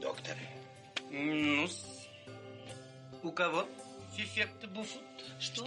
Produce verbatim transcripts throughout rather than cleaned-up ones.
доктор. ну У кого фифекты буфут? Что?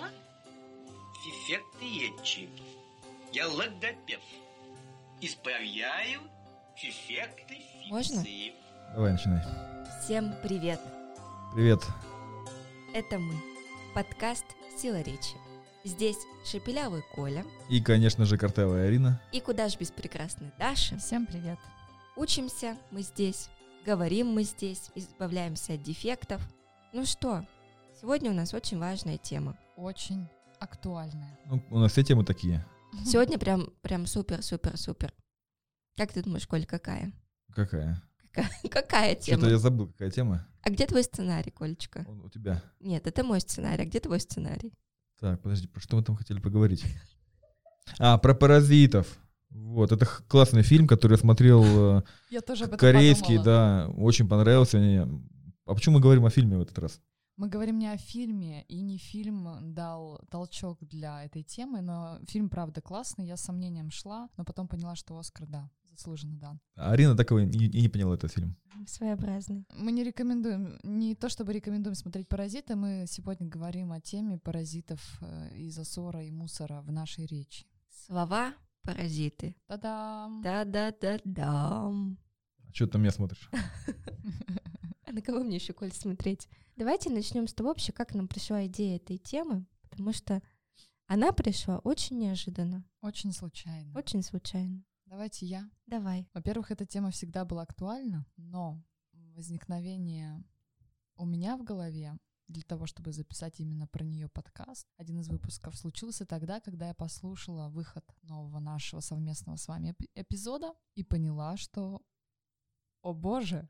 Фифекты ечи. Я логопед. Исправляю фифекты фикции. Можно? Давай, начинай. Всем привет. Привет. Это мы. Подкаст «Сила речи». Здесь шепелявый Коля. И, конечно же, картавая Арина. И куда ж без прекрасной Даши. Всем привет. Учимся мы здесь, говорим мы здесь, избавляемся от дефектов. Ну что, сегодня у нас очень важная тема. Очень актуальная. Ну, у нас все темы такие. Сегодня прям, прям супер-супер-супер. Как ты думаешь, Коль, какая? Какая? Какая, какая тема? Что-то я забыл, какая тема. А где твой сценарий, Колечка? Он у тебя. Нет, это мой сценарий. А где твой сценарий? Так, подожди, про что мы там хотели поговорить? А, про паразитов. Вот, это х- классный фильм, который я смотрел, Я тоже об этом корейский, подумала. да, очень понравился мне. А почему мы говорим о фильме в этот раз? Мы говорим не о фильме, и не фильм дал толчок для этой темы, но фильм, правда, классный. Я с сомнением шла, но потом поняла, что Оскар, да, заслуженно дан. А Арина так и, и не поняла этот фильм. Своеобразный. Мы не рекомендуем, не то чтобы рекомендуем смотреть «Паразиты», мы сегодня говорим о теме паразитов э, и засора, и мусора в нашей речи. Слова паразиты. Та-дам! Да-да-да-дам. А что ты на меня смотришь? А на кого мне еще, Коль, смотреть? Давайте начнем с того вообще, как нам пришла идея этой темы, потому что она пришла очень неожиданно, Очень случайно. очень случайно. Давайте я. Давай. Во-первых, эта тема всегда была актуальна, но возникновение у меня в голове для того, чтобы записать именно про нее подкаст, один из выпусков, случился тогда, когда я послушала выход нового нашего совместного с вами эпи- эпизода и поняла, что, о боже,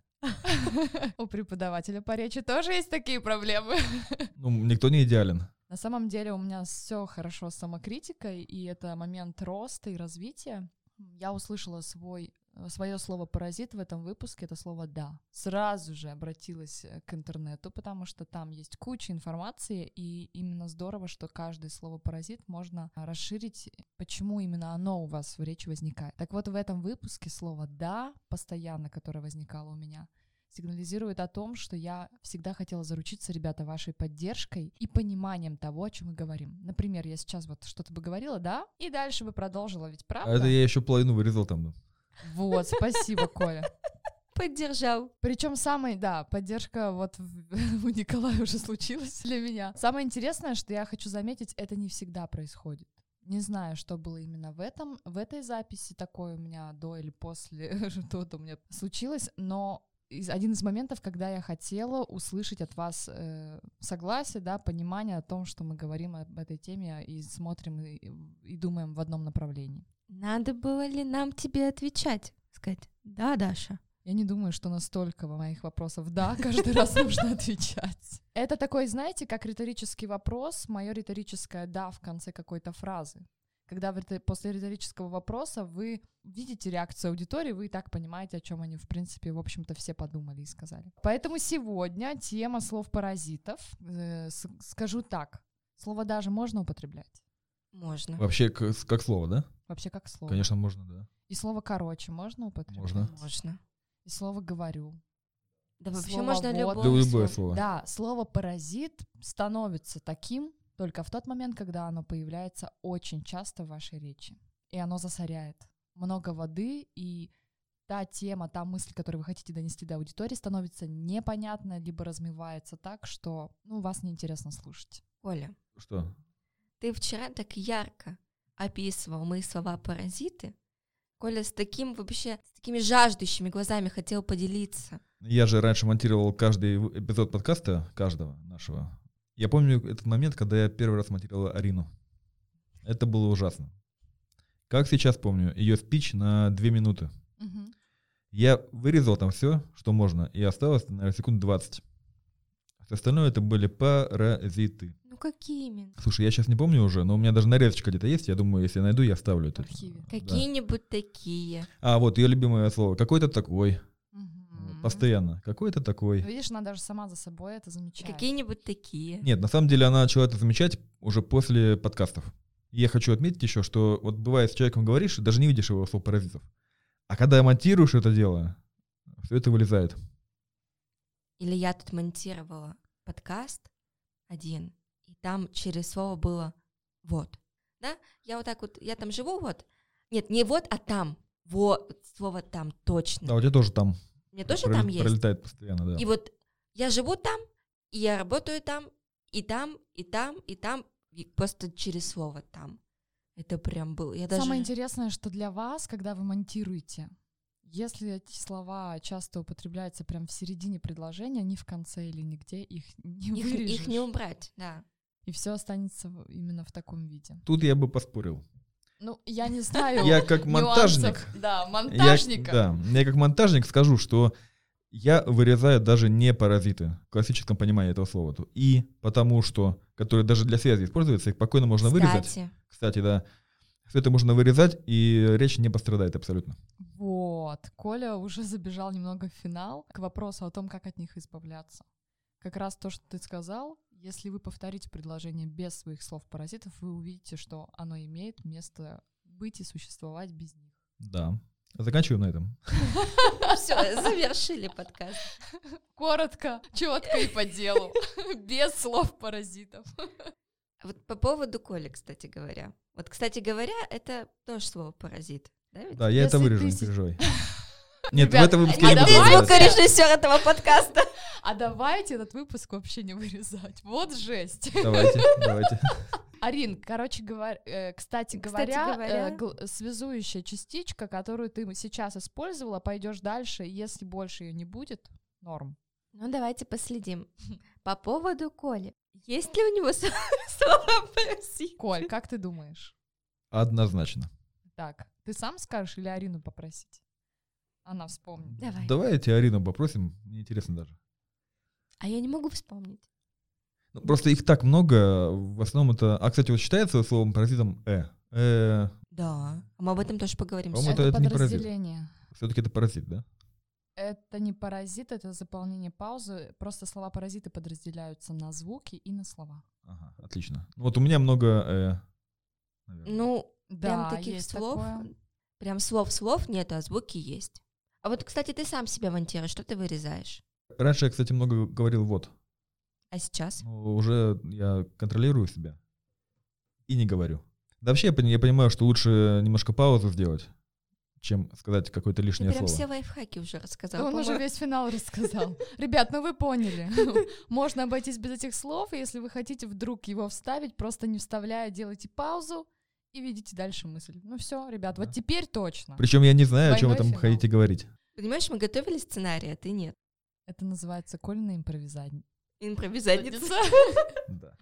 у преподавателя по речи тоже есть такие проблемы. Ну, никто не идеален. На самом деле у меня все хорошо с самокритикой, и это момент роста и развития. Я услышала свой, свое слово «паразит» в этом выпуске, это слово «да». Сразу же обратилась к интернету, потому что там есть куча информации, и именно здорово, что каждое слово «паразит» можно расширить, почему именно оно у вас в речи возникает. Так вот, в этом выпуске слово «да», постоянно, которое возникало у меня, сигнализирует о том, что я всегда хотела заручиться, ребята, вашей поддержкой и пониманием того, о чем мы говорим. Например, я сейчас вот что-то бы говорила, да, и дальше бы продолжила, ведь правда? А это я еще половину вырезал там. Да. Вот, спасибо, Коля. Поддержал. Причем самая, да, поддержка вот в- у Николая уже случилась для меня. Самое интересное, что я хочу заметить, это не всегда происходит. Не знаю, что было именно в этом, в этой записи такое у меня до или после что-то у меня случилось, но из- один из моментов, когда я хотела услышать от вас э, согласие, да, понимание о том, что мы говорим об этой теме и смотрим и, и думаем в одном направлении. Надо было ли нам тебе отвечать? Сказать, да, Даша. Я не думаю, что настолько моих вопросов «да» каждый раз нужно отвечать. Это такой, знаете, как риторический вопрос, мое риторическое «да» в конце какой-то фразы. Когда в ритор- после риторического вопроса вы видите реакцию аудитории, вы и так понимаете, о чем они, в принципе, в общем-то, все подумали и сказали. Поэтому сегодня тема слов паразитов. Э, с- скажу так, слово «даже» можно употреблять? Можно. Вообще, к- как слово, да? Вообще как слово. Конечно, можно, да. И слово «короче» можно употреблять? Можно. Можно. И слово «говорю». Да вообще Слово можно «вот». любое, Да, любое слово. слово. Да, слово «паразит» становится таким только в тот момент, когда оно появляется очень часто в вашей речи. И оно засоряет. Много воды, и та тема, та мысль, которую вы хотите донести до аудитории, становится непонятной, либо размывается так, что ну, вас неинтересно слушать. Коля, Что? ты вчера так ярко описывал мои слова паразиты. Коля с таким вообще, с такими жаждущими глазами хотел поделиться. Я же раньше монтировал каждый в- эпизод подкаста, каждого нашего. Я помню этот момент, когда я первый раз монтировал Арину. Это было ужасно. Как сейчас помню, ее спич на две минуты. Мгм. Я вырезал там все, что можно, и осталось, наверное, секунд двадцать. Все остальное это были паразиты. Ну какие именно? Слушай, я сейчас не помню уже, но у меня даже нарезочка где-то есть. Я думаю, если я найду, я вставлю это. В архиве. Да. Какие-нибудь такие. А, вот ее любимое слово. Какой-то такой. Мгм. Постоянно. Какой-то такой. Видишь, она даже сама за собой это замечает. Какие-нибудь такие. Нет, на самом деле она начала это замечать уже после подкастов. И я хочу отметить еще, что вот бывает, с человеком говоришь, и даже не видишь его слов паразитов. А когда монтируешь это дело, все это вылезает. Или я тут монтировала подкаст один, и там через слово было «вот». Да? Я вот так вот, я там живу вот. Нет, не вот, а там. Вот, слово «там» точно. Да, у тебя тоже там. Мне тоже Пролет- там есть. Пролетает постоянно, да. И вот я живу там, и я работаю там, и там, и там, и там, и просто через слово «там». Это прям было. Я даже... Самое интересное, что для вас, когда вы монтируете, если эти слова часто употребляются прям в середине предложения, не в конце или нигде, их не их, вырежешь. их не убрать, да. И все останется в- именно в таком виде. Тут я бы поспорил. Ну, я не знаю. Я как нюансов. монтажник. Да, Я, монтажника. да, я как монтажник скажу, что я вырезаю даже не паразиты в классическом понимании этого слова. И потому что, которые даже для связи используются, их спокойно можно вырезать. Кстати, Кстати, да. Все это можно вырезать, и речь не пострадает абсолютно. Вот. Коля уже забежал немного в финал к вопросу о том, как от них избавляться. Как раз то, что ты сказал, если вы повторите предложение без своих слов-паразитов, вы увидите, что оно имеет место быть и существовать без них. Да. Заканчиваем на этом. все, завершили подкаст. Коротко, четко и по делу. Без слов-паразитов. Вот по поводу Коли, кстати говоря. Вот, кстати говоря, это тоже слово «паразит». Да, ведь? Да, я это Если вырежу, ты не си- переживай. Нет, в Ребят, этом выпуске а не А буду ты давайте- вырезать. звукорежиссер этого подкаста. А давайте этот выпуск вообще не вырезать. Вот жесть. Давайте, давайте. Арин, короче говоря, э, кстати, Кстати говоря, говоря. э, гл- связующая частичка, которую ты сейчас использовала, пойдешь дальше, если больше ее не будет, норм. Ну, давайте последим. По поводу Коли. Есть ли у него с- слово «паразит»? Коль, как ты думаешь? Однозначно. Так, ты сам скажешь или Арину попросить? Она вспомнит. Давай. Давайте Арину попросим, мне интересно даже. А я не могу вспомнить. Ну, просто их так много, в основном это... А, кстати, вот считается словом паразитом «э». э Да. А мы об этом тоже поговорим. По-моему, сегодня. это не паразит. подразделение. Все-таки это паразит, да? Это не паразит, это заполнение паузы. Просто слова паразиты подразделяются на звуки и на слова. Ага, отлично. Вот у меня много «э». наверное. Ну, Да, прям таких есть слов, такое. прям слов-слов нет, а звуки есть. А вот, кстати, ты сам себя монтируешь, что ты вырезаешь? Раньше я, кстати, много говорил «вот». А сейчас? Но уже я контролирую себя и не говорю. Да вообще я, пони- я понимаю, что лучше немножко паузу сделать, чем сказать какое-то Ты лишнее прям слово. все лайфхаки уже рассказал. Он уже по-моему. весь финал рассказал. Ребят, ну вы поняли. Можно обойтись без этих слов, и если вы хотите вдруг его вставить, просто не вставляя, делайте паузу и видите дальше мысль. Ну все, ребят, вот Да. теперь точно. Причем я не знаю, о чем вы Двойной там финал. хотите говорить. Понимаешь, мы готовили сценарий, а ты нет. Это называется Колина импровизация. Импровизатница. Да.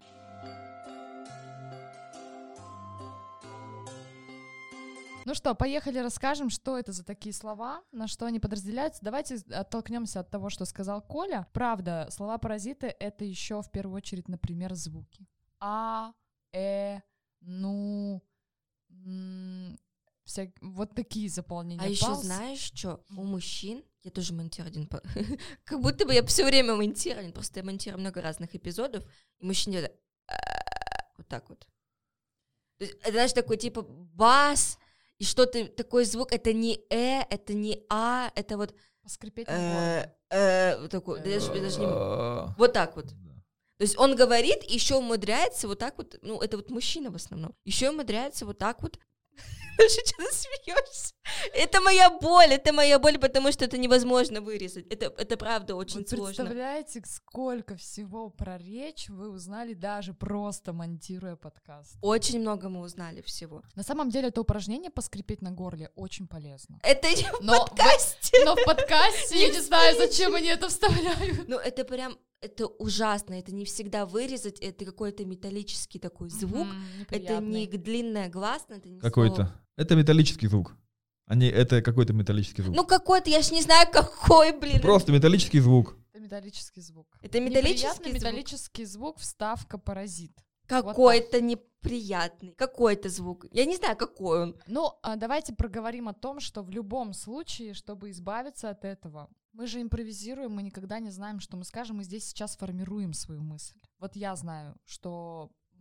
Ну что, поехали, расскажем, что это за такие слова, на что они подразделяются. Давайте оттолкнемся от того, что сказал Коля. Правда, слова-паразиты — это еще в первую очередь, например, звуки. А, э, ну, м, вся... вот такие заполнения А еще пауз. знаешь, что у мужчин, я тоже монтирую один, по- как будто бы я все время монтирую, просто я монтирую много разных эпизодов, и мужчина делает вот так вот. То есть, это, знаешь, такой типа бас, и что-то, такой звук, это не э, это не а, это вот Поскрипеть на э, горле. э, вот такой, даже, даже не- А, вот так вот. да. То есть он говорит, еще умудряется вот так вот, ну, это вот мужчина в основном, еще умудряется вот так вот. Даже что ты смеешься? Это моя боль, это моя боль, потому что это невозможно вырезать. Это, это правда очень Вы сложно. представляете, сколько всего про речь вы узнали даже просто монтируя подкаст. Очень много мы узнали всего. На самом деле это упражнение поскрипеть на горле очень полезно. Это не в Но в- подкасте. Но в подкасте я не знаю, зачем они это вставляют. Ну, это прям, это ужасно. Это не всегда вырезать, это какой-то металлический такой звук. Мгм, Это не неприятный. длинное гласное, это не Какой-то. слово. Это металлический звук. А не это какой-то металлический звук. Ну, какой-то, я ж не знаю, какой, блин. Просто металлический звук. Это металлический звук. Это металлический Неприятный звук. металлический звук, вставка паразит. Какой-то неприятный, какой-то звук. Я не знаю, какой он. Ну, а давайте проговорим о том, что в любом случае, чтобы избавиться от этого, мы же импровизируем, мы никогда не знаем, что мы скажем, мы здесь сейчас формируем свою мысль. Вот я знаю, что мы,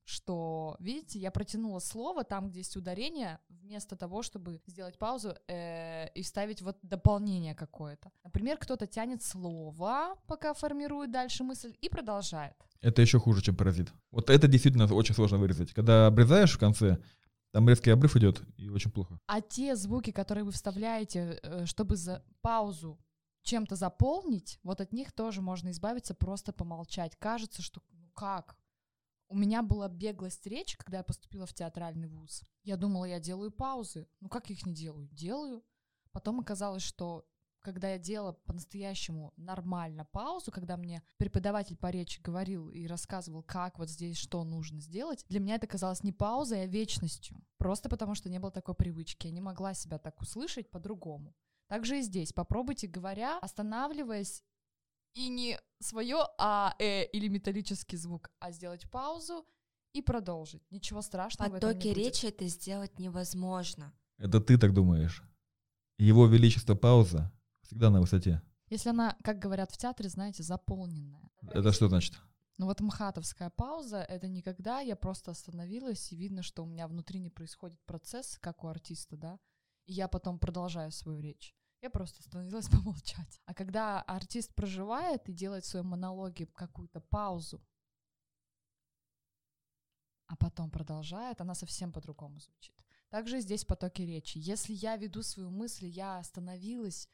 что, видите, я протянула слово там, где есть ударение, вместо того, чтобы сделать паузу э, и вставить вот дополнение какое-то. Например, кто-то тянет слово, пока формирует дальше мысль, и продолжает. Это еще хуже, чем паразит. Вот это действительно очень сложно вырезать. Когда обрезаешь в конце, там резкий обрыв идет, и очень плохо. А те звуки, которые вы вставляете, э, чтобы за паузу чем-то заполнить, вот от них тоже можно избавиться, просто помолчать. Кажется, что ну как? У меня была беглость речи, когда я поступила в театральный вуз. Я думала, я делаю паузы. Ну как я их не делаю? Делаю. Потом оказалось, что когда я делала по-настоящему нормально паузу, когда мне преподаватель по речи говорил и рассказывал, как вот здесь что нужно сделать, для меня это казалось не паузой, а вечностью. Просто потому, что не было такой привычки. Я не могла себя так услышать по-другому. Также и здесь. Попробуйте, говоря, останавливаясь, и не свое а, э или металлический звук, а сделать паузу и продолжить. Ничего страшного В в этом не потоке будет. речи это сделать невозможно. Это ты так думаешь. Его величество пауза всегда на высоте. Если она, как говорят в театре, знаете, заполненная. Это что значит? Ну вот мхатовская пауза — это не когда я просто остановилась, и видно, что у меня внутри не происходит процесс, как у артиста, да, и я потом продолжаю свою речь. Я просто остановилась помолчать. А когда артист проживает и делает в своем монологе какую-то паузу, а потом продолжает, она совсем по-другому звучит. Также здесь потоки речи. Если я веду свою мысль, я остановилась,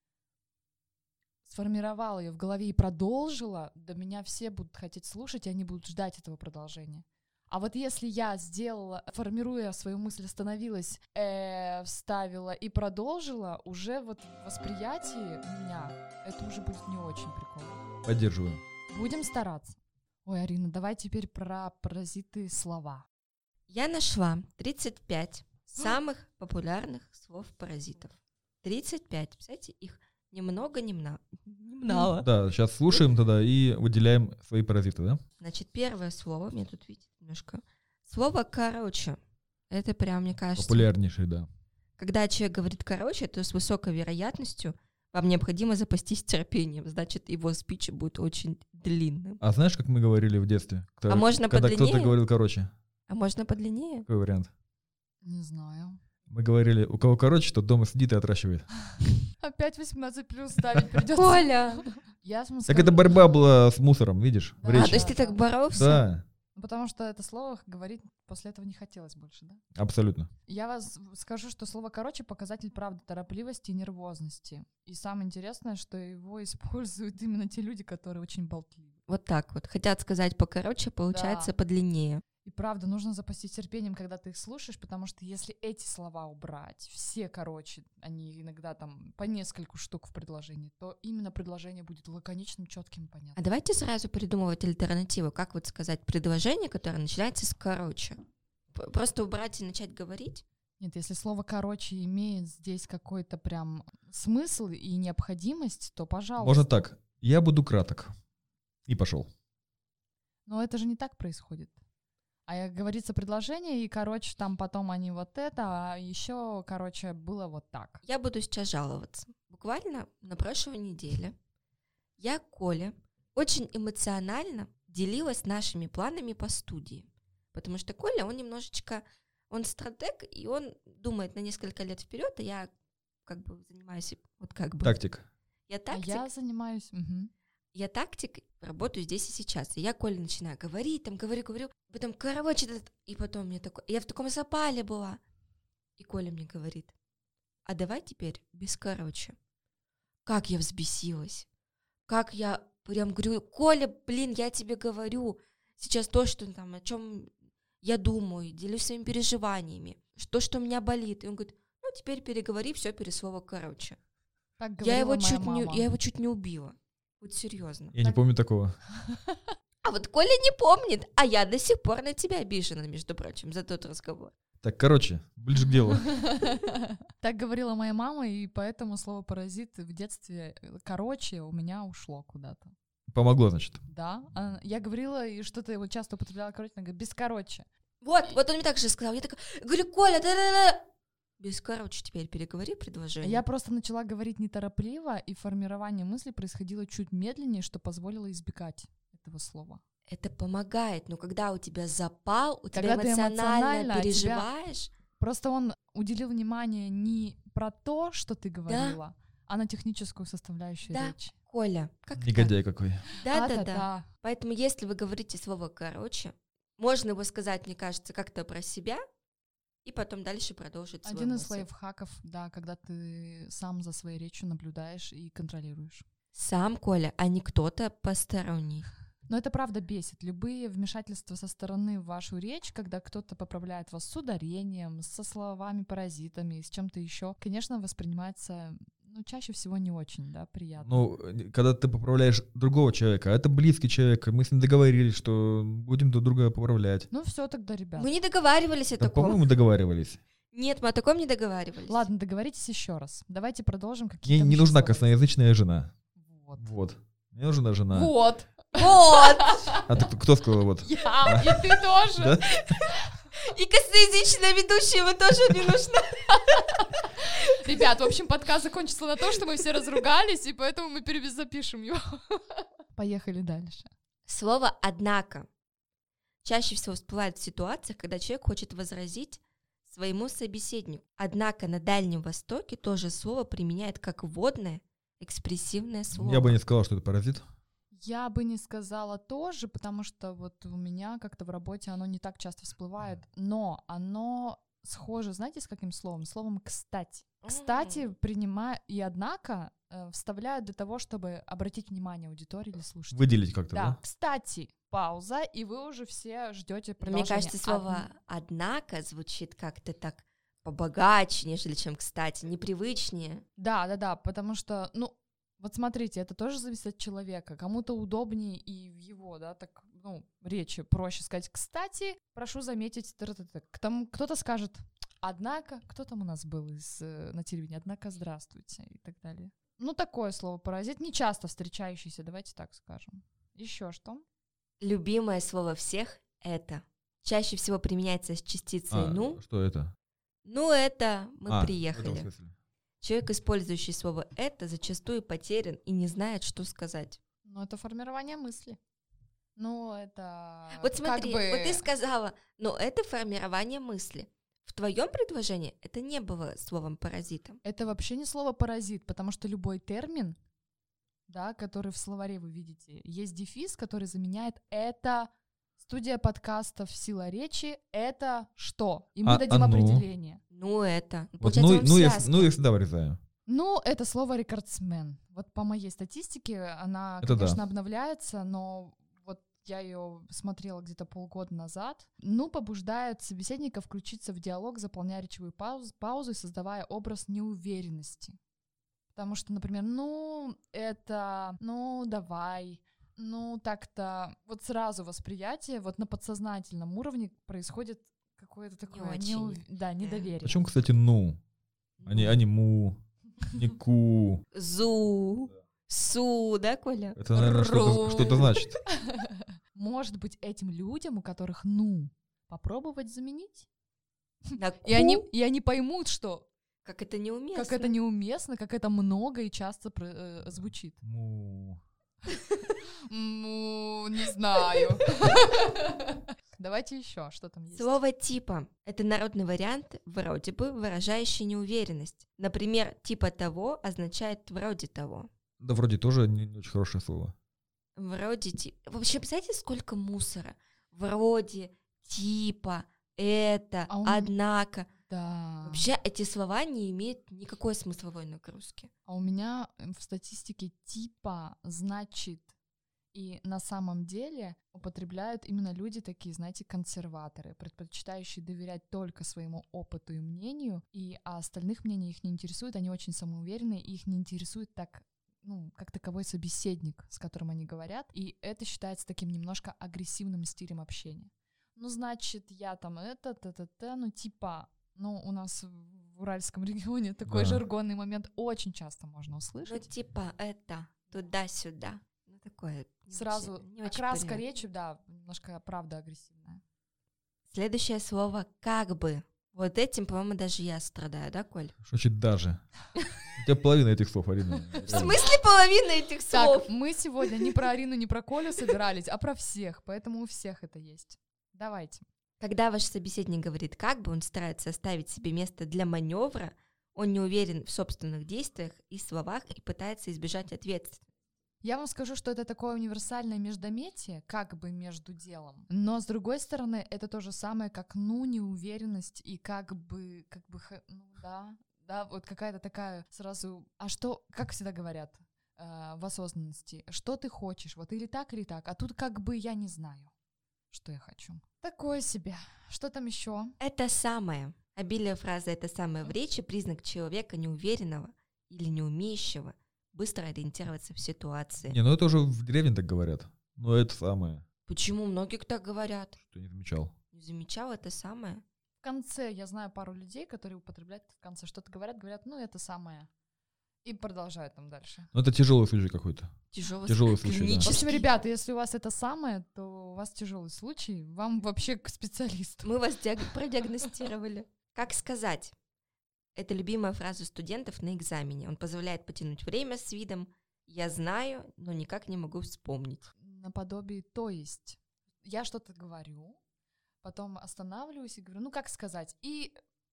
сформировала ее в голове и продолжила, до меня все будут хотеть слушать, и они будут ждать этого продолжения. А вот если я сделала, формируя свою мысль, остановилась, э, вставила и продолжила, уже вот в восприятии меня это уже будет не очень прикольно. Поддерживаю. Будем стараться. Ой, Арина, давай теперь про паразиты слова. Я нашла тридцать пять самых популярных слов-паразитов. тридцать пять. Представляете, их ни много, ни мна- ни мало. Да, сейчас слушаем тогда и выделяем свои паразиты, да? Значит, первое слово, мне тут, видите, немножко. Слово «короче». Это прям, мне кажется, Популярнейший, да. когда человек говорит «короче», то с высокой вероятностью вам необходимо запастись терпением. Значит, его спич будет очень длинным. А знаешь, как мы говорили в детстве? Кто- А можно Когда подлиннее? кто-то говорил короче. А можно подлиннее? Какой вариант? Не знаю. Мы говорили, у кого короче, тот дома сидит и отращивает. Опять восемнадцать плюс ставить придется. Коля! Я вам Так скажу, это борьба была с мусором, видишь? в Да. А, речи. то есть ты так боролся? Да, ну, потому что это слово говорить после этого не хотелось больше, да? абсолютно. Я вас скажу, что слово «короче» — показатель, правда, торопливости и нервозности. И самое интересное, что его используют именно те люди, которые очень болтливы. Вот так вот. Хотят сказать покороче, получается Да. подлиннее. И правда, нужно запастись терпением, когда ты их слушаешь, потому что если эти слова убрать, все короче, они иногда там по нескольку штук в предложении, то именно предложение будет лаконичным, четким и А понятным. давайте сразу придумывать альтернативу. Как вот сказать предложение, которое начинается с «короче»? П- Просто убрать и начать говорить? Нет, если слово «короче» имеет здесь какой-то прям смысл и необходимость, то пожалуйста. Можно так. Я буду краток. И пошел. Но это же не так происходит. А я- говорится предложение, и, короче, там потом они вот это, а еще, короче, было вот так. Я буду сейчас жаловаться. Буквально на прошлой неделе я, Коля, очень эмоционально делилась нашими планами по студии. Потому что Коля, он немножечко, он стратег, и он думает на несколько лет вперед, а я как бы занимаюсь, вот как бы. Тактик. Я А тактик, я занимаюсь... мгм. я тактик, работаю здесь и сейчас. И я Коле начинаю говорить, там говорю, говорю, потом, короче, этот- и потом мне такой, я в таком запале была. И Коля мне говорит, а давай теперь без короче. Как я взбесилась. Как я прям говорю, Коля, блин, я тебе говорю сейчас то, что там, о чем я думаю, делюсь своими переживаниями, то, что у меня болит. И он говорит, ну теперь переговори все перед словом короче. Так Я говорила его, моя чуть не, мама. я его чуть не убила. Вот серьезно. Я не помню такого. А вот Коля не помнит, а я до сих пор на тебя обижена, между прочим, за тот разговор. Так, короче, ближе к делу. Так говорила моя мама, и поэтому слово «паразит» в детстве, э, короче, у меня ушло куда-то. Помогло, значит. Да, а я говорила, и что-то его часто употребляла, короче, она говорит, без короче. Вот, вот он мне так же сказал. Я такая, говорю, Коля, да-да-да. Без короче теперь переговори предложение. Я просто начала говорить неторопливо, и формирование мысли происходило чуть медленнее, что позволило избегать этого слова. это помогает. Но когда у тебя запал, у Когда тебя ты эмоционально, эмоционально, а тебя- переживаешь, Просто он уделил внимание не про то, что ты говорила, а на техническую составляющую Да. речи. Коля, как так? Негодяй какой. Да-да-да. А-та-та. Поэтому если вы говорите слово «короче», можно его сказать, мне кажется, как-то про себя, и потом дальше продолжить свою Один из мысль. лайфхаков, да, когда ты сам за своей речью наблюдаешь и контролируешь. Сам Коля, а не кто-то посторонний. Но это правда бесит. Любые вмешательства со стороны в вашу речь, когда кто-то поправляет вас с ударением, со словами-паразитами, с чем-то еще, конечно, воспринимается, ну, чаще всего не очень, да, приятно. Ну, э, когда ты поправляешь другого человека, а это близкий человек, мы с ним договорились, что будем друг друга поправлять. Ну, все тогда, ребят. Мы не договаривались о Да, таком. по-моему, договаривались. Нет, мы о таком не договаривались. Ладно, договоритесь еще раз. Давайте продолжим Мне какие-то... не нужна слова. косноязычная жена. Вот. Вот. Мне нужна жена. Вот. Вот! А ты кто- кто сказал вот? Я, и ты тоже. Да? И косноязычная ведущая ему тоже не нужна. Ребят, в общем, подкаст закончится на том, что мы все разругались, и поэтому мы перезапишем его. Поехали дальше. Слово «однако» чаще всего всплывает в ситуациях, когда человек хочет возразить своему собеседнику. Однако на Дальнем Востоке тоже слово применяют как вводное, экспрессивное слово. Я бы не сказал, что это паразит. Я бы не сказала тоже, потому что вот у меня как-то в работе оно не так часто всплывает, но оно схоже, знаете, с каким словом? Словом «кстати». Кстати, Мгм. принимая и однако э, вставляют для того, чтобы обратить внимание аудитории или слушателей. Выделить как-то, Да, да? кстати, пауза, и вы уже все ждете Но продолжения. мне кажется, слово «однако» звучит как-то так побогаче, нежели чем «кстати», непривычнее. Да, да, да, потому что, ну, вот смотрите, это тоже зависит от человека. Кому-то удобнее и в его, да, так, ну, речи проще сказать. Кстати, прошу заметить, тра-та-та. К тому- кто-то скажет, однако, кто там у нас был из, э, на телевидении, однако, здравствуйте и так далее. Ну, такое слово паразит, не часто встречающееся, давайте так скажем. Еще что? Любимое слово всех — «это». Чаще всего применяется с частицей А, «ну». что это? «Ну, это мы А, в этом приехали». смысле. Человек, использующий слово «это», зачастую потерян и не знает, что сказать. Ну, это формирование мысли. Ну, это... Вот как смотри, бы- вот ты сказала, но это формирование мысли. В твоем предложении это не было словом паразитом. Это вообще не слово паразит, потому что любой термин, да, который в словаре вы видите, есть дефис, который заменяет это. Студия подкастов «Сила речи» — это что? И мы А- дадим а ну? определение. Ну, это. Вот, Получается, ну, вам ну, я, связка. ну, я всегда вырезаю. Ну, это слово «рекордсмен». Вот по моей статистике она, Это да. конечно, обновляется, но вот я ее смотрела где-то полгода назад. Ну, побуждает собеседника включиться в диалог, заполняя речевую пауз- паузу и создавая образ неуверенности. Потому что, например, ну, это, ну, давай, ну, так-то, вот сразу восприятие, вот на подсознательном уровне происходит какое-то такое, очень, неув- да, недоверие. Почему, кстати, ну? Они, они му, не ку. Зу, су, да, Коля? Это, наверное, что-то, Ру. что-то значит. Может быть, этим людям, у которых «ну», попробовать заменить? На И они, ку? и они поймут, что Как это неуместно. как это неуместно, как это много и часто про- э, звучит. Му. Ну, не знаю. Давайте еще, что там есть. Слово «типа» — это народный вариант, вроде бы, выражающий неуверенность. Например, «типа того» означает «вроде того». Да вроде тоже не не очень хорошее слово. Вроде типа. Вообще, представляете, сколько мусора? Вроде, типа, это, А у м- однако. Да. Вообще эти слова не имеют никакой смысловой нагрузки. А у меня м, в статистике типа значит, и на самом деле употребляют именно люди такие, знаете, консерваторы, предпочитающие доверять только своему опыту и мнению, и а остальных мнений их не интересует, они очень самоуверенные, и их не интересует так, ну, как таковой собеседник, с которым они говорят, и это считается таким немножко агрессивным стилем общения. Ну, значит, я там это, та-та-та, ну, типа, ну, у нас в Уральском регионе такой Да. жаргонный момент очень часто можно Ну, услышать. типа, это, туда-сюда. Ну, такое. не Сразу очень- не очень окраска приятно. речи, да, немножко правда агрессивная. Следующее слово «как бы». Вот этим, по-моему, даже я страдаю, да, Коль? Что значит даже? тебя половина этих слов, Арина. В смысле половина этих слов? Так, мы сегодня не про Арину, не про Колю собирались, а про всех, поэтому у всех это есть. Давайте. Когда ваш собеседник говорит «как бы», он старается оставить себе место для маневра, он не уверен в собственных действиях и словах и пытается избежать ответственности. Я вам скажу, что это такое универсальное междометие, как бы между делом. Но, с другой стороны, это то же самое, как, ну, неуверенность и как бы, как бы, ну, да, да, вот какая-то такая сразу... А что, как всегда говорят э, в осознанности, что ты хочешь, вот или так, или так, а тут как бы я не знаю, что я хочу. Такое себе. Что там еще? Это самое. Обилие фразы «это самое» в речи — признак человека неуверенного или не умеющего быстро ориентироваться в ситуации. Не, ну это уже в деревне так говорят. Но это самое. Почему многие так говорят? Что не замечал. Не замечал это самое? В конце я знаю пару людей, которые употребляют в конце что-то говорят, говорят, ну это самое. И продолжают там дальше. Ну это тяжелый случай какой-то. Тяжелый, Тяжелый случай, да. В клинический. общем, ребята, если у вас это самое, то у вас тяжелый случай, вам вообще к специалисту. Мы вас диаг- продиагностировали. Как сказать? Это любимая фраза студентов на экзамене. Он позволяет потянуть время с видом «я знаю, но никак не могу вспомнить». Наподобие «то есть». Я что-то говорю, потом останавливаюсь и говорю, ну как сказать, и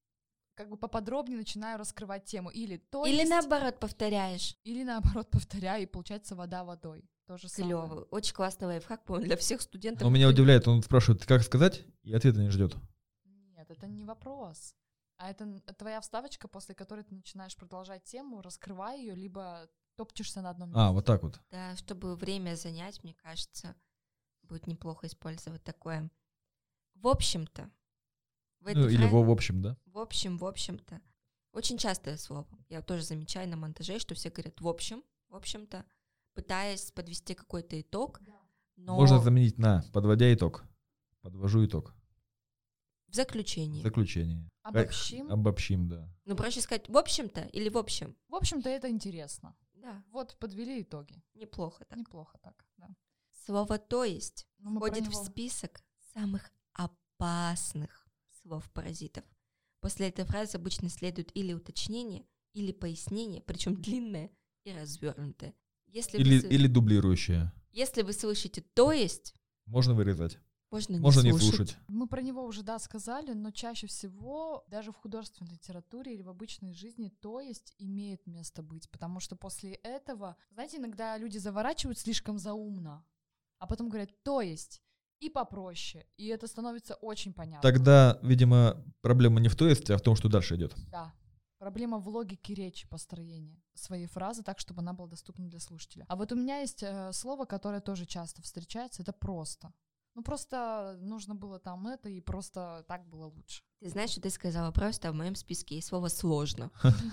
как бы поподробнее начинаю раскрывать тему. Или «то Или есть», наоборот повторяешь. или наоборот повторяю, и получается вода водой. То же самое. Клево. Очень классный лайфхак, по-моему, для всех студентов. Но меня удивляет, он спрашивает, как сказать, и ответа не ждет. Нет, это не вопрос. А это н- твоя вставочка, после которой ты начинаешь продолжать тему, раскрывая ее, либо топчешься на одном месте. А, вот так вот. Да, чтобы время занять, мне кажется, будет неплохо использовать такое. В общем-то. В этой Ну, или фразе- в, в общем, да. В общем, в общем-то. Очень частое слово. Я тоже замечаю на монтаже, что все говорят в общем, в общем-то, пытаясь подвести какой-то итог. Но Можно заменить на подводя итог. Подвожу итог. в заключении. Заключение. Обобщим. Э, Обобщим, да. Ну, проще сказать в общем-то или в общем. В общем-то, это интересно. Да, Вот, подвели итоги. неплохо так. Неплохо так, да. Слово «то есть» Ну, мы про входит в него- список самых опасных слов-паразитов. После этой фразы обычно следует или уточнение, или пояснение, причем длинное и развернутое. Если, Или, вы, с- или дублирующее. если вы слышите «то есть», Можно вырезать. можно не Можно не слушать. слушать. Мы про него уже, да, сказали, но чаще всего даже в художественной литературе или в обычной жизни «то есть» имеет место быть, потому что после этого, знаете, иногда люди заворачивают слишком заумно, а потом говорят «то есть» и попроще, и это становится очень понятно. Тогда, видимо, проблема не в то есть, а в том, что дальше идет. Да. Проблема в логике речи, построения своей фразы так, чтобы она была доступна для слушателя. А вот у меня есть э, слово, которое тоже часто встречается, это «просто». Ну, просто нужно было там это, и просто так было лучше. Ты знаешь, что ты сказала просто, а в моем списке есть слово «сложно».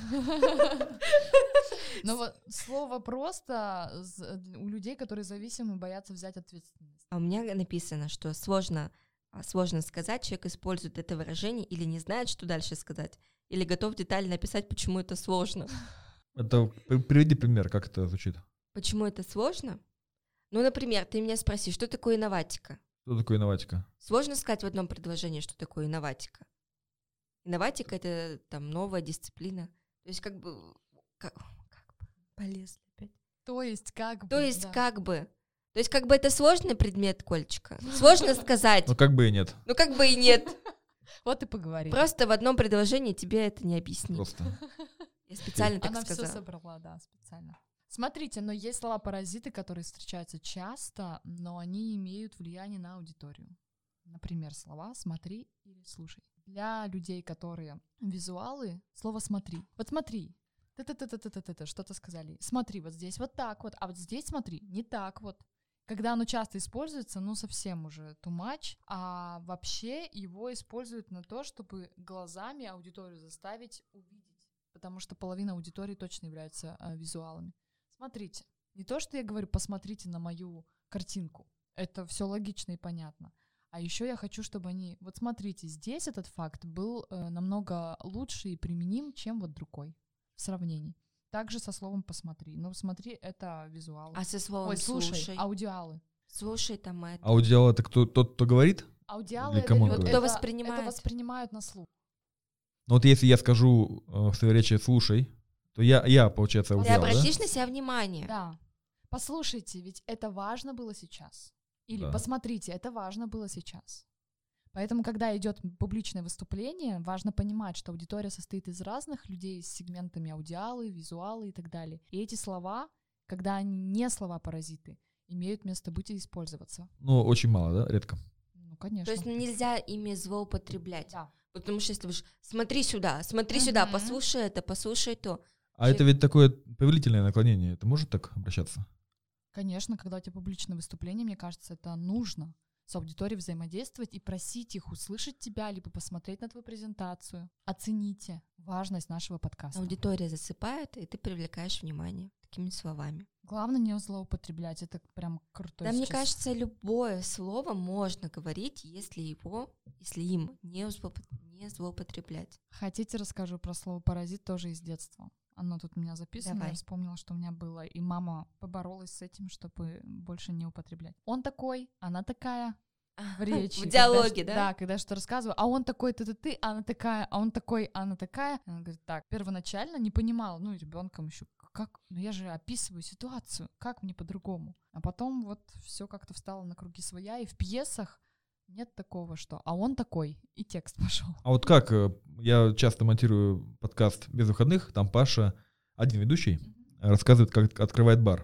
Но вот слово «просто» з- у людей, которые зависимы, боятся взять ответственность. А у меня написано, что сложно, а, сложно сказать, человек использует это выражение или не знает, что дальше сказать, или готов детально описать, почему это сложно. Это при- приведи пример, как это звучит. Почему это сложно? Ну, например, ты меня спроси, что такое инноватика? Что такое инноватика? Сложно сказать в одном предложении, что такое инноватика. Инноватика — это там новая дисциплина. То есть как бы... Как, как бы полезли опять. То есть как бы... То есть да. как бы... То есть как бы это сложный предмет, Колечка? Сложно сказать. Ну как бы и нет. Ну как бы и нет. Вот и поговорили. Просто в одном предложении тебе это не объяснить. Просто. Я специально так Она все сказала. собрала, да, специально. Смотрите, но есть слова-паразиты, которые встречаются часто, но они имеют влияние на аудиторию. Например, слова «смотри» или «слушай». Для людей, которые визуалы, слово «смотри». Вот смотри, ты-ты-ты-ты-ты-ты, что-то сказали. Смотри, вот здесь вот так вот, а вот здесь смотри, не так вот. Когда оно часто используется, ну, совсем уже too much, а вообще его используют на то, чтобы глазами аудиторию заставить увидеть, потому что половина аудитории точно являются а, визуалами. Смотрите, не то, что я говорю, посмотрите на мою картинку, это все логично и понятно. А еще я хочу, чтобы они... Вот смотрите, здесь этот факт был э, намного лучше и применим, чем вот другой в сравнении. Также со словом «посмотри». Но «смотри» — это визуалы. А со словом Ой, слушай, «слушай»? аудиалы. Слушай, там это... Аудиал — это кто, тот, кто говорит? Аудиалы Для — это, кого лю- говорит? Кто это- воспринимает? это воспринимают на слух. Ну вот если я скажу э, в своей речи «слушай», То я, я получается, Ты убил, да? обратишь на себя внимание. Да. Послушайте, ведь это важно было сейчас. Или Да. посмотрите, это важно было сейчас. Поэтому, когда идет публичное выступление, важно понимать, что аудитория состоит из разных людей с сегментами аудиалы, визуалы и так далее. И эти слова, когда они не слова-паразиты, имеют место быть и использоваться. Ну, очень мало, да? Редко. Ну, конечно. То есть нельзя ими злоупотреблять. Да. Потому что если вы ж- смотри сюда, смотри сюда, Мгм. послушай это, послушай то. А это ведь такое повелительное наклонение. Это может так обращаться? Конечно, когда у тебя публичное выступление, мне кажется, это нужно с аудиторией взаимодействовать и просить их услышать тебя, либо посмотреть на твою презентацию. Оцените важность нашего подкаста. Аудитория засыпает, и ты привлекаешь внимание такими словами. Главное не злоупотреблять, это прям круто. Да, мне кажется, любое слово можно говорить, если его, если им не, злоупот- не злоупотреблять. Хотите, расскажу про слово «паразит» тоже из детства. Оно тут у меня записано, Давай. я вспомнила, что у меня было, и мама поборолась с этим, чтобы больше не употреблять. Он такой, она такая, в речи. В когда диалоге, ш- да? Да, когда я что-то рассказываю, а он такой, ты-ты-ты, она такая, а он такой, она такая. Она говорит, так, первоначально не понимала, ну, ребенком еще, как, ну, я же описываю ситуацию, как мне по-другому. А потом вот все как-то встало на круги своя, и в пьесах нет такого, что, а он такой, и текст пошел. А вот как? э, Я часто монтирую подкаст «Без выходных», там Паша, один ведущий, рассказывает, как открывает бар.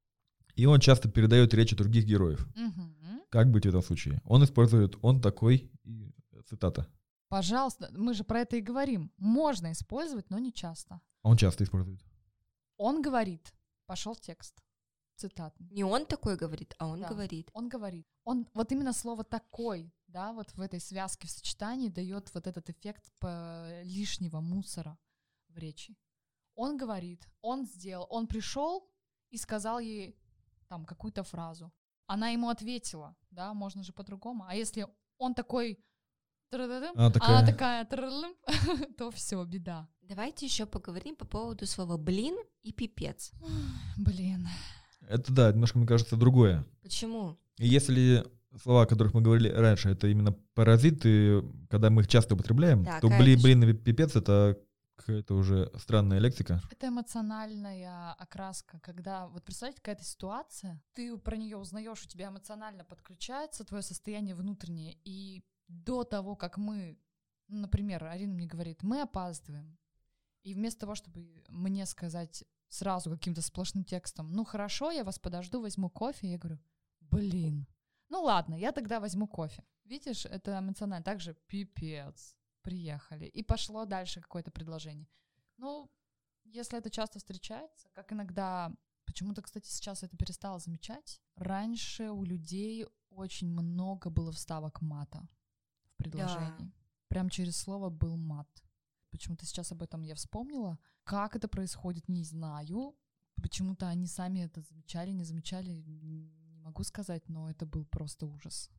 И он часто передает речи других героев. Как быть в этом случае? Он использует «он такой» и цитата. Пожалуйста, мы же про это и говорим. Можно использовать, но не часто. А он часто использует. Он говорит, пошел текст, цитатный. Не он такой говорит, а он Да. говорит. Он говорит. Он, вот именно слово «такой», да, вот в этой связке, в сочетании дает вот этот эффект по- лишнего мусора в речи. Он говорит, он сделал, он пришел и сказал ей там какую-то фразу. Она ему ответила, да, можно же по-другому. А если он такой, тра-да-дым, Она такая. она такая, тра-да-дым, то все, беда. Давайте еще поговорим по поводу слова «блин» и «пипец». Блин. Это, да, немножко, мне кажется, другое. Почему? И если слова, о которых мы говорили раньше, это именно паразиты, когда мы их часто употребляем, Да, то какая-то блин, ш- блин и пипец — это какая-то уже странная лексика. Это эмоциональная окраска, когда, вот представьте, какая-то ситуация, ты про нее узнаешь, у тебя эмоционально подключается твое состояние внутреннее, и до того, как мы, ну, например, Арина мне говорит, мы опаздываем, и вместо того, чтобы мне сказать сразу каким-то сплошным текстом, ну хорошо, я вас подожду, возьму кофе, я говорю, блин, ну ладно, я тогда возьму кофе. Видишь, это эмоционально. Также пипец, приехали. И пошло дальше какое-то предложение. Ну, если это часто встречается, как иногда, почему-то, кстати, сейчас это перестала замечать, раньше у людей очень много было вставок мата в предложении. Прям через слово был мат. Почему-то сейчас об этом я вспомнила. Как это происходит, не знаю. Почему-то они сами это замечали, не замечали, не могу сказать, но это был просто ужас.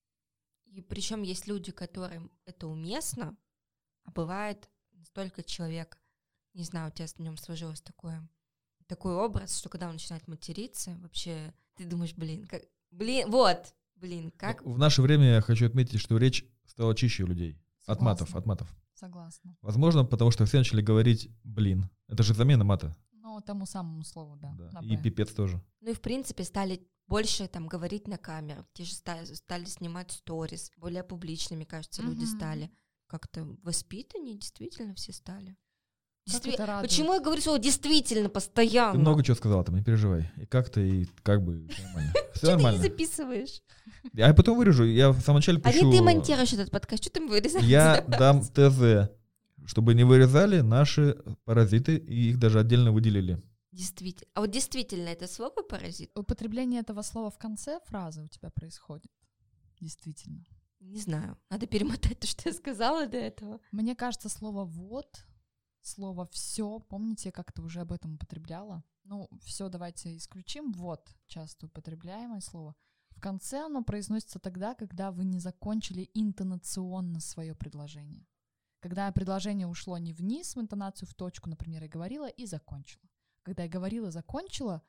И причем есть люди, которым это уместно, а бывает настолько человек, не знаю, у тебя с ним сложилось такое, такой образ, что когда он начинает материться, вообще ты думаешь, блин, как, блин, вот, блин, как... В наше время я хочу отметить, что речь стала чище у людей. От матов, Согласна. от матов. Согласна. Возможно, потому что все начали говорить «блин». Это же замена мата. Ну, тому самому слову, да. Да. на И «Б». пипец тоже. Ну и в принципе стали больше там говорить на камеру, те же стали, стали снимать сторис, более публичными, кажется, люди Мгм. стали. Как-то воспитаннее действительно все стали. Как Действи- это радует. Почему я говорю слово «действительно» постоянно? Ты много чего сказала там, не переживай. И как-то, и как бы всё нормально. Все Что ты не нормально. записываешь? Я потом вырежу. Я в самом начале А пишу... не ты монтируешь этот подкаст, что ты вырезаешь? Я дам ТЗ, чтобы не вырезали наши паразиты, и их даже отдельно выделили. Действительно. А вот действительно это слово «паразит»? Употребление этого слова в конце фразы у тебя происходит. Действительно. Не знаю. Надо перемотать то, что я сказала до этого. Мне кажется, слово «вот», слово «все», помните, я как-то уже об этом употребляла? Ну, все давайте исключим. «Вот» — часто употребляемое слово. В конце оно произносится тогда, когда вы не закончили интонационно свое предложение. Когда предложение ушло не вниз в интонацию, в точку, например, я говорила и закончила. Когда я говорила, закончила,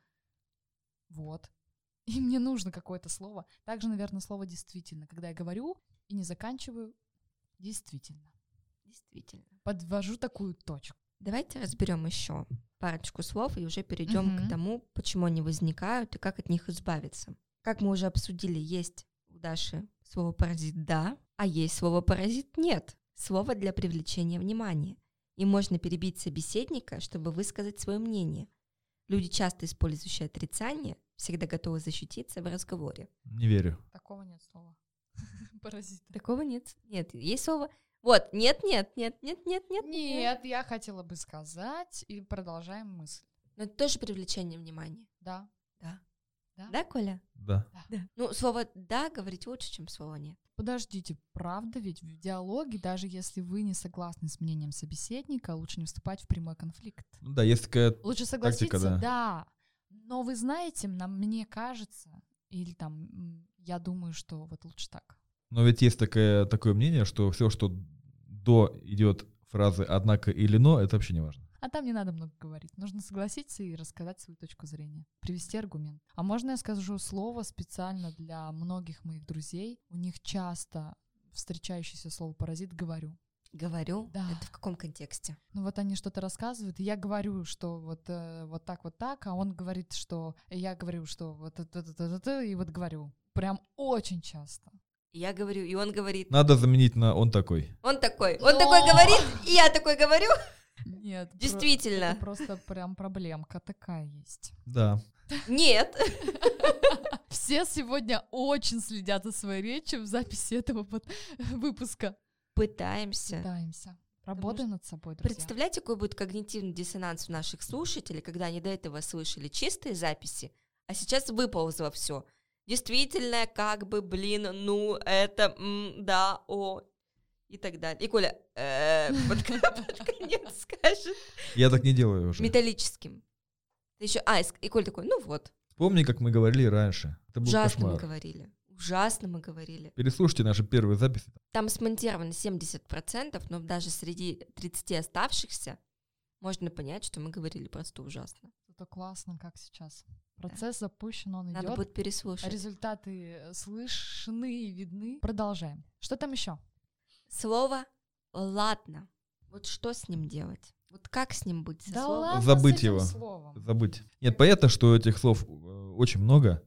вот, и мне нужно какое-то слово. Также, наверное, слово «действительно». Когда я говорю и не заканчиваю, действительно. Действительно. Подвожу такую точку. Давайте разберем еще парочку слов и уже перейдем Мгм. к тому, почему они возникают и как от них избавиться. Как мы уже обсудили, есть у Даши слово «паразит» «да», а есть слово «паразит» «нет». Слово для привлечения внимания. И можно перебить собеседника, чтобы высказать свое мнение. Люди, часто использующие отрицание, всегда готовы защититься в разговоре. Не верю. Такого нет слова. Паразит. Такого нет. Нет, есть слово «вот», «нет, нет, нет, нет, нет, нет». Нет, я хотела бы сказать, и продолжаем мысль. Но это тоже привлечение внимания. Да. Да. Да? Да, Коля? Да. Да. Ну, слово «да» говорить лучше, чем слово «нет». Подождите, правда ведь в диалоге, даже если вы не согласны с мнением собеседника, лучше не вступать в прямой конфликт. Ну да, есть такая... Лучше согласиться, да. да. Но вы знаете, нам, мне кажется, или там, м, я думаю, что вот лучше так. Но ведь есть такое, такое мнение, что все, что до идет фразы «однако» или «но», это вообще не важно. А там не надо много говорить. Нужно согласиться и рассказать свою точку зрения, привести аргумент. А можно я скажу слово специально для многих моих друзей? У них часто встречающееся слово «паразит» говорю. Говорю. Да. Это в каком контексте? Ну вот они что-то рассказывают, и я говорю, что вот, э, вот так, вот так, а он говорит, что я говорю, что вот это, это, это, это, и вот говорю. Прям очень часто. Я говорю, и он говорит. Надо заменить на «он такой». Он такой. Он Но! такой говорит, и я такой говорю. Нет, про- Действительно. это просто прям проблемка такая есть. Да. Нет. Все сегодня очень следят за своей речью в записи этого под- выпуска. Пытаемся. Пытаемся. Работаем над собой, друзья. Представляете, какой будет когнитивный диссонанс у наших слушателей, когда они до этого слышали чистые записи, а сейчас выползло все. Действительно, как бы, блин, ну, это, м, да, о, и так далее. И Коля э, под под конец скажет Я так не делаю уже. металлическим. Ты еще, а, и ск- и Коля такой, ну вот, Помни, как мы говорили раньше. Это был ужасно мы кошмар. говорили, ужасно мы говорили. Переслушайте наши первые записи. Там смонтировано семьдесят процентов, но даже среди тридцати оставшихся можно понять, что мы говорили просто ужасно. Это классно, как сейчас. Процесс запущен, он Надо идет. будет переслушать. Результаты слышны и видны. Продолжаем. Что там еще? Слово «ладно». Вот что с ним делать? Вот как с ним быть? Со Да словом? ладно Забыть с этим его. словом. Забыть. Нет, понятно, что этих слов э, очень много.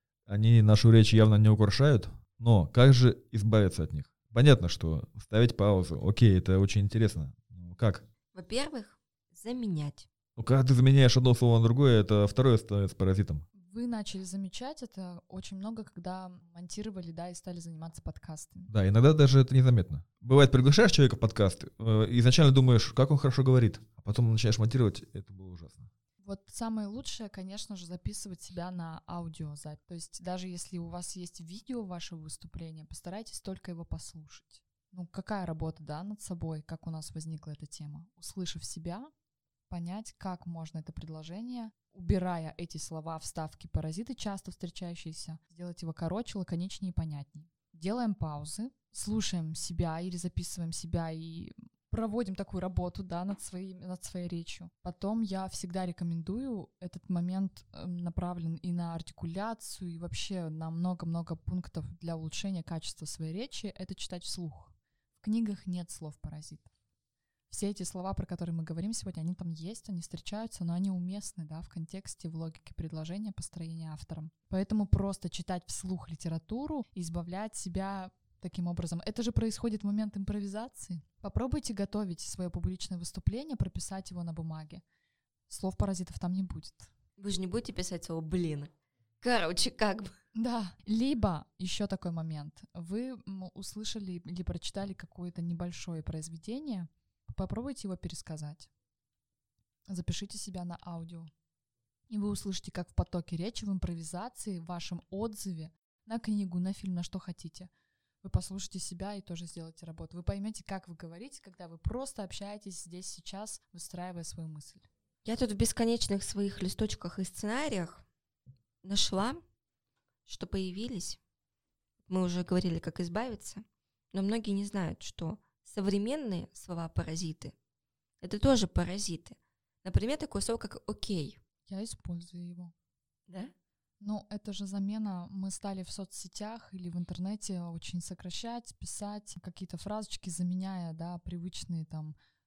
Они нашу речь явно не украшают. Но как же избавиться от них? Понятно, что ставить паузу. Окей, это очень интересно. Ну, как? Во-первых, заменять. Ну, когда ты заменяешь одно слово на другое, это второе становится паразитом. Вы начали замечать это очень много, когда монтировали, да, и стали заниматься подкастами. Да, иногда даже это незаметно. Бывает, приглашаешь человека в подкаст, э, изначально думаешь, как он хорошо говорит, а потом начинаешь монтировать, это было ужасно. Вот самое лучшее, конечно же, записывать себя на аудиозапись. То есть даже если у вас есть видео вашего выступления, постарайтесь только его послушать. Ну, какая работа, да, над собой, как у нас возникла эта тема? Услышав себя, понять, как можно это предложение, убирая эти слова, вставки, паразиты, часто встречающиеся, сделать его короче, лаконичнее и понятнее. Делаем паузы, слушаем себя или записываем себя и проводим такую работу, да, над, своим, над своей речью. Потом я всегда рекомендую, этот момент э, направлен и на артикуляцию, и вообще на много-много пунктов для улучшения качества своей речи, это читать вслух. В книгах нет слов-паразитов. Все эти слова, про которые мы говорим сегодня, они там есть, они встречаются, но они уместны, да, в контексте, в логике предложения, построения автором. Поэтому просто читать вслух литературу и избавлять себя таким образом. Это же происходит в момент импровизации. Попробуйте готовить свое публичное выступление, прописать его на бумаге. Слов-паразитов там не будет. Вы же не будете писать слово «блин». Короче, как бы. Да. Либо еще такой момент. Вы м, услышали или прочитали какое-то небольшое произведение, попробуйте его пересказать. Запишите себя на аудио. И вы услышите, как в потоке речи, в импровизации, в вашем отзыве на книгу, на фильм, на что хотите. Вы послушайте себя и тоже сделайте работу. Вы поймете, как вы говорите, когда вы просто общаетесь здесь, сейчас, выстраивая свою мысль. Я тут в бесконечных своих листочках и сценариях нашла, что появились. Мы уже говорили, как избавиться, но многие не знают, что современные слова-паразиты — это тоже паразиты. Например, такое слово, как «окей». Я использую его. Да? Ну, это же замена. Мы стали в соцсетях или в интернете очень сокращать, писать какие-то фразочки, заменяя, да, привычные там,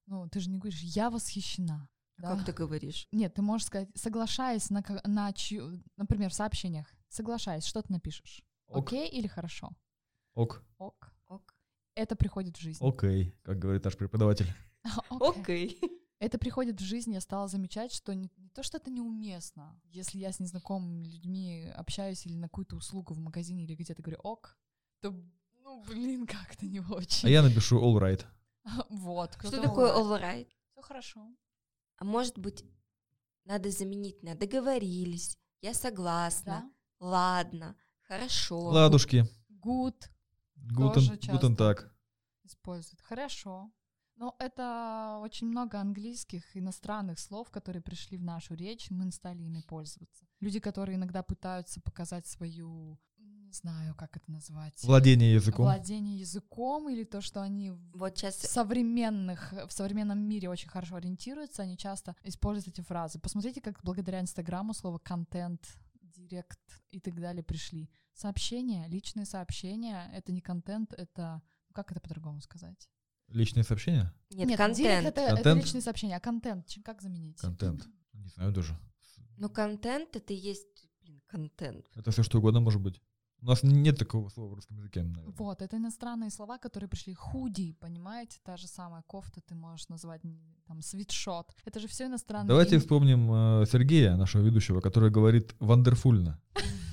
Ну, ты же не говоришь «я восхищена». Да? Как ты говоришь? Нет, ты можешь сказать, соглашаясь на, ка- на чью, например, в сообщениях, соглашаясь, что ты напишешь? Ок. Окей или хорошо? Ок. Ок. Ок. Это приходит в жизнь. Окей, как говорит наш преподаватель. Окей. Окей. Это приходит в жизнь, я стала замечать, что не, не то, что это неуместно. Если я с незнакомыми людьми общаюсь или на какую-то услугу в магазине или где-то говорю «ок», то, ну, блин, как-то не очень. А я напишу all right. Вот. Что такое all right? Все хорошо. А может быть, надо заменить на договорились, я согласна, Да? ладно, хорошо. Ладушки. Good Гутен, Тоже часто. гутен так. используют. Хорошо. Но это очень много английских, иностранных слов, которые пришли в нашу речь, мы стали ими пользоваться. Люди, которые иногда пытаются показать свою, не знаю, как это назвать, Владение языком. владение языком, или то, что они в Вот сейчас современных, в современном мире очень хорошо ориентируются, они часто используют эти фразы. Посмотрите, как благодаря Инстаграму слово «контент», «директ» и так далее пришли. Сообщения, личные сообщения — это не контент, это... Как это по-другому сказать? Личные сообщения? нет, Нет, контент. директ это, это Контент? личные сообщения, а контент, чем- как заменить? Контент. Не знаю даже. Ну, контент это и есть, блин, контент. Это все что угодно может быть. У нас нет такого слова в русском языке, наверное. Вот, это иностранные слова, которые пришли. Худи, понимаете, та же самая кофта ты можешь назвать, м, там, свитшот. Это же все иностранные. Давайте им- вспомним э, Сергея, нашего ведущего, который говорит «вандерфульно».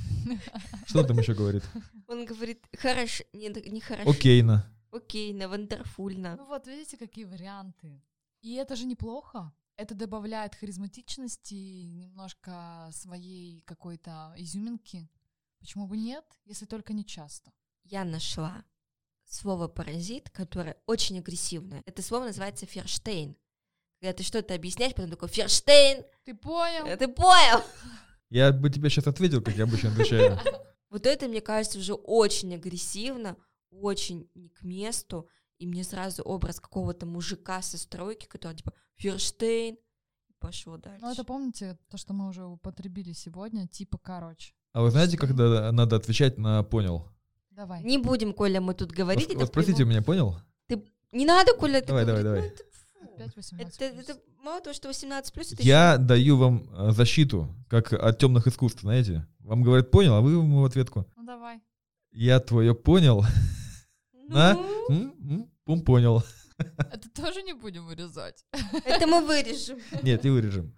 Что он там еще говорит? Он говорит, хорошо, не, не хорошо, Окейно. окей, на вандерфульно. Ну вот, видите, какие варианты. И это же неплохо. Это добавляет харизматичности, немножко своей какой-то изюминки. Почему бы нет, если только не часто? Я нашла слово «паразит», которое очень агрессивное. Это слово называется «ферштейн». Когда ты что-то объясняешь, потом такой «ферштейн», Ты понял? э, ты понял? Я бы тебе сейчас ответил, как я обычно отвечаю. Вот это, мне кажется, уже очень агрессивно, очень не к месту, и мне сразу образ какого-то мужика со стройки, который типа «ферштейн», и пошел дальше. Ну это помните, то, что мы уже употребили сегодня, типа короче. А вы знаете, Что? когда надо отвечать на «понял»? Давай. Не будем, Коля, мы тут говорить. Вот, это вот спросите у прямо- меня «понял»? Не надо, Коля, это Давай, давай, говорить, давай. ну, это фу. Опять восемнадцать Это, плюс. это мало того, что восемнадцать плюс, это Я даю вам э, защиту, как от темных искусств, знаете? Вам говорят «понял», а вы ему в ответку Ну давай. «я твое понял». еще... На? Ну, М, м, Пум, понял. Это тоже не будем вырезать. это мы вырежем. Нет, и вырежем.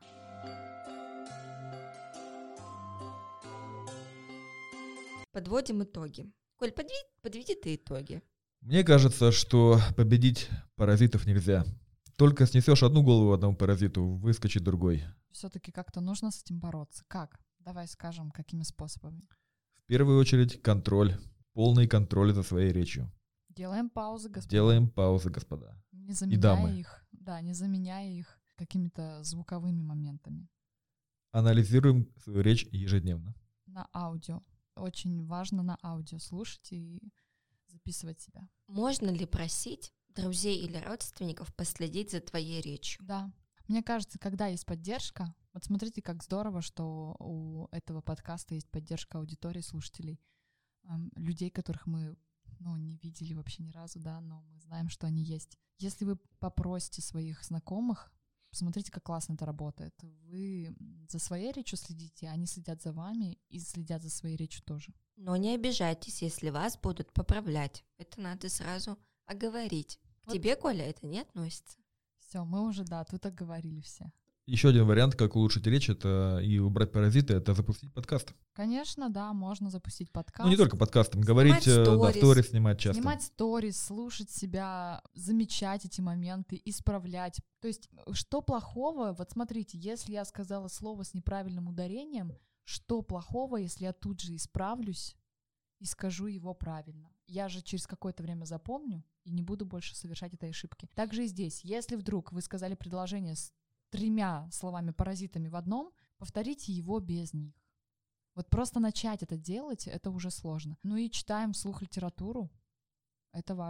Подводим итоги. Коль, подведи, подведи ты итоги. Мне кажется, что победить паразитов нельзя. Только снесешь одну голову одному паразиту, выскочит другой. Все-таки как-то нужно с этим бороться. Как? Давай скажем, какими способами. В первую очередь контроль. Полный контроль за своей речью. Делаем паузы, господа. Делаем паузы, господа. Не заменяя дамы. их. Да, не заменяя их какими-то звуковыми моментами. Анализируем свою речь ежедневно. На аудио. Очень важно на аудио слушать и записывать себя. Можно ли просить друзей или родственников последить за твоей речью? Да. Мне кажется, когда есть поддержка, вот смотрите, как здорово, что у этого подкаста есть поддержка аудитории, слушателей, эм, людей, которых мы ну, не видели вообще ни разу, да, но мы знаем, что они есть. Если вы попросите своих знакомых, посмотрите, как классно это работает. Вы за своей речью следите, они следят за вами и следят за своей речью тоже. Но не обижайтесь, если вас будут поправлять. Это надо сразу оговорить. К Вот. тебе, Коля, это не относится. Все, мы уже, да, тут оговорили все. Еще один вариант, как улучшить речь, это и убрать паразиты, это запустить подкаст. Конечно, да, можно запустить подкаст. Ну не только подкастом, говорить, э, да, сторис. сторис снимать часто. Снимать сторис, слушать себя, замечать эти моменты, исправлять. То есть, что плохого? Вот смотрите, если я сказала слово с неправильным ударением, что плохого, если я тут же исправлюсь и скажу его правильно? Я же через какое-то время запомню и не буду больше совершать этой ошибки. Также и здесь. Если вдруг вы сказали предложение с тремя словами-паразитами в одном, повторите его без них. Вот просто начать это делать, это уже сложно. Ну и читаем вслух литературу. Это важно.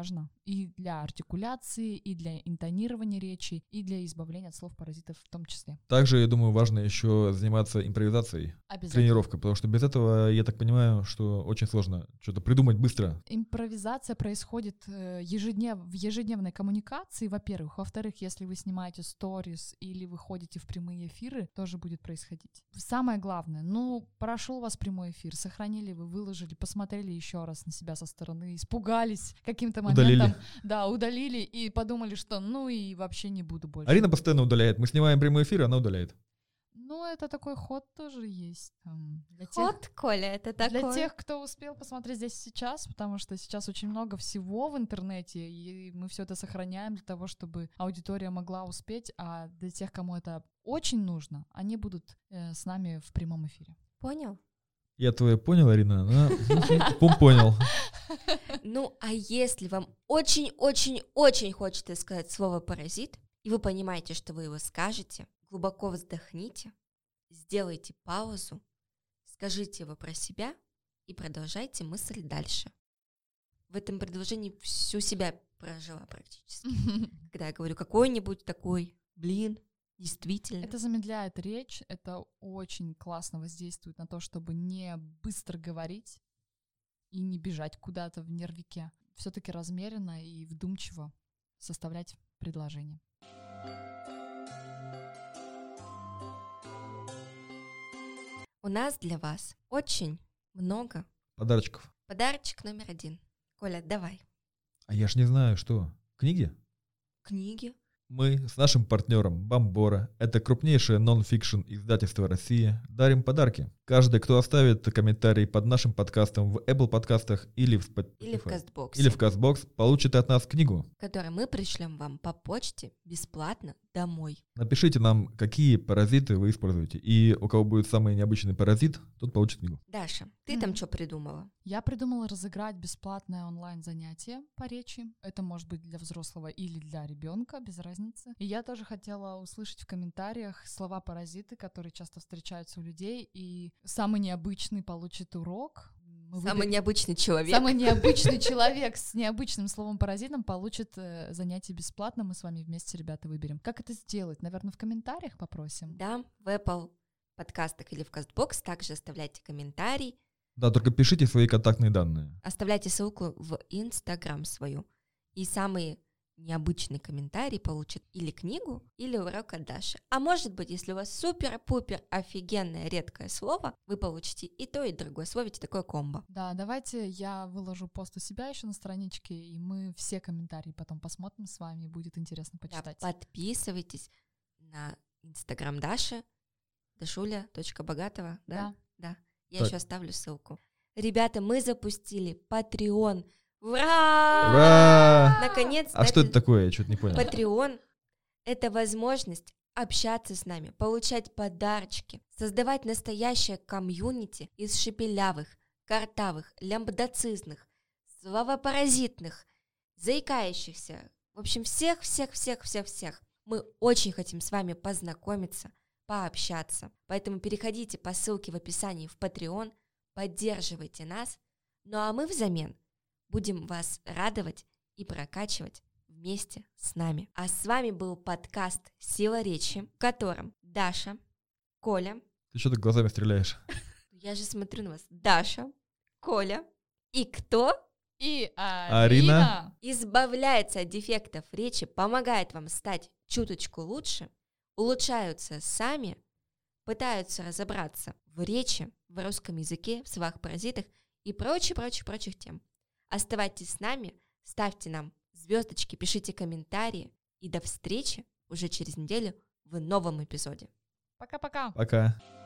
и для артикуляции, и для интонирования речи, и для избавления от слов-паразитов в том числе. Также, я думаю, важно еще заниматься импровизацией, Обязательно. тренировкой, потому что без этого, я так понимаю, что очень сложно что-то придумать быстро. Импровизация происходит э, ежеднев, в ежедневной коммуникации, во-первых. Во-вторых, если вы снимаете сторис или вы ходите в прямые эфиры, тоже будет происходить. Самое главное, ну, прошел у вас прямой эфир, сохранили вы, выложили, посмотрели еще раз на себя со стороны, испугались каким-то моментом. Удалили. Да, удалили и подумали, что ну и вообще не буду больше. Арина постоянно удаляет. Мы снимаем прямой эфир, она удаляет. Ну, это такой ход тоже есть. Там, для тех- Вот, Коля, это такое. Для тех, кто успел посмотреть здесь сейчас, потому что сейчас очень много всего в интернете, и мы все это сохраняем для того, чтобы аудитория могла успеть, а для тех, кому это очень нужно, они будут э, с нами в прямом эфире. Понял? Я твое понял, Арина? Пум понял. Ну, а если вам очень-очень-очень хочется сказать слово «паразит», и вы понимаете, что вы его скажете, глубоко вздохните, сделайте паузу, скажите его про себя и продолжайте мысль дальше. В этом предложении всю себя прожила практически. Когда я говорю какой-нибудь такой, блин, действительно. Это замедляет речь, это очень классно воздействует на то, чтобы не быстро говорить и не бежать куда-то в нервике. Все-таки размеренно и вдумчиво составлять предложение. У нас для вас очень много Подарочков. подарочек номер один. Коля, давай. А я ж не знаю, что. Книги? Книги. Мы с нашим партнером Бамбора, это крупнейшее нон-фикшн издательство России, дарим подарки. Каждый, кто оставит комментарий под нашим подкастом в Apple подкастах или в Spotify, Или в Кастбоксе. или в Castbox, получит от нас книгу. Который мы пришлем вам по почте бесплатно домой. Напишите нам, какие паразиты вы используете. И у кого будет самый необычный паразит, тот получит книгу. Даша, ты Мгм. там что придумала? Я придумала разыграть бесплатное онлайн-занятие по речи. Это может быть для взрослого или для ребенка, без разницы. И я тоже хотела услышать в комментариях слова-паразиты, которые часто встречаются у людей. И самый необычный получит урок. Мы Самый выберем- необычный человек. Самый необычный человек с необычным словом-паразитом получит э, занятие бесплатно. Мы с вами вместе, ребята, выберем. Как это сделать? Наверное, в комментариях попросим. Да, в Apple подкастах или в Castbox также оставляйте комментарий, Да, только пишите свои контактные данные. оставляйте ссылку в Instagram свою. И самый необычный комментарий получит или книгу, или урок от Даши. А может быть, если у вас супер-пупер офигенное редкое слово, вы получите и то, и другое. Словите такое комбо. Да, давайте я выложу пост у себя еще на страничке, и мы все комментарии потом посмотрим с вами, будет интересно Да, почитать. подписывайтесь на Инстаграм Даши, дашуля.богатова, да? Да. Да. Я Так. еще оставлю ссылку. Ребята, мы запустили Patreon. Ура! Ура! Наконец-то. А что это такое? Я что-то не понял. Patreon — это возможность общаться с нами, получать подарочки, создавать настоящее комьюнити из шепелявых, картавых, лямбдацизных, словопаразитных, заикающихся, в общем, всех-всех-всех-всех-всех. Мы очень хотим с вами познакомиться, пообщаться, поэтому переходите по ссылке в описании в Patreon, поддерживайте нас, ну а мы взамен будем вас радовать и прокачивать вместе с нами. А с вами был подкаст «Сила речи», в котором Даша, Коля, Ты что так глазами стреляешь? я же смотрю на вас, Даша, Коля и кто И Арина. Арина. избавляется от дефектов речи, помогает вам стать чуточку лучше, улучшаются сами, пытаются разобраться в речи, в русском языке, в словах-паразитах и прочее-прочее-прочих тем. Оставайтесь с нами, ставьте нам звездочки, пишите комментарии и до встречи уже через неделю в новом эпизоде. Пока-пока. Пока.